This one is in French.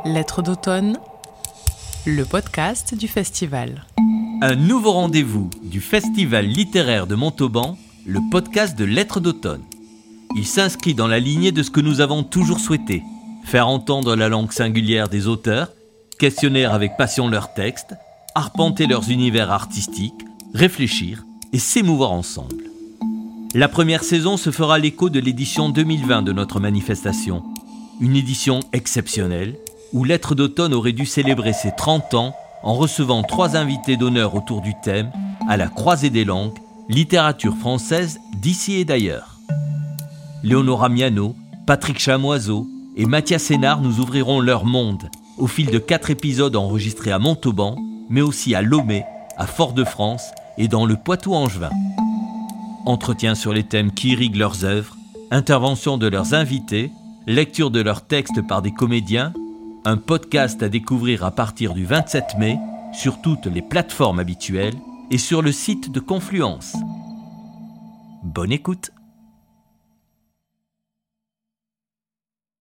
Lettres d'automne, le podcast du festival. Un nouveau rendez-vous du Festival littéraire de Montauban, le podcast de Lettres d'automne. Il s'inscrit dans la lignée de ce que nous avons toujours souhaité, faire entendre la langue singulière des auteurs, questionner avec passion leurs textes, arpenter leurs univers artistiques, réfléchir et s'émouvoir ensemble. La première saison se fera l'écho de l'édition 2020 de notre manifestation, une édition exceptionnelle où Lettres d'automne aurait dû célébrer ses 30 ans en recevant 3 invités d'honneur autour du thème « À la croisée des langues, littérature française d'ici et d'ailleurs ». Léonora Miano, Patrick Chamoiseau et Mathias Sénard nous ouvriront leur monde au fil de 4 épisodes enregistrés à Montauban, mais aussi à Lomé, à Fort-de-France et dans le Poitou-Angevin. Entretiens sur les thèmes qui irriguent leurs œuvres, interventions de leurs invités, lecture de leurs textes par des comédiens, un podcast à découvrir à partir du 27 mai sur toutes les plateformes habituelles et sur le site de Confluence. Bonne écoute!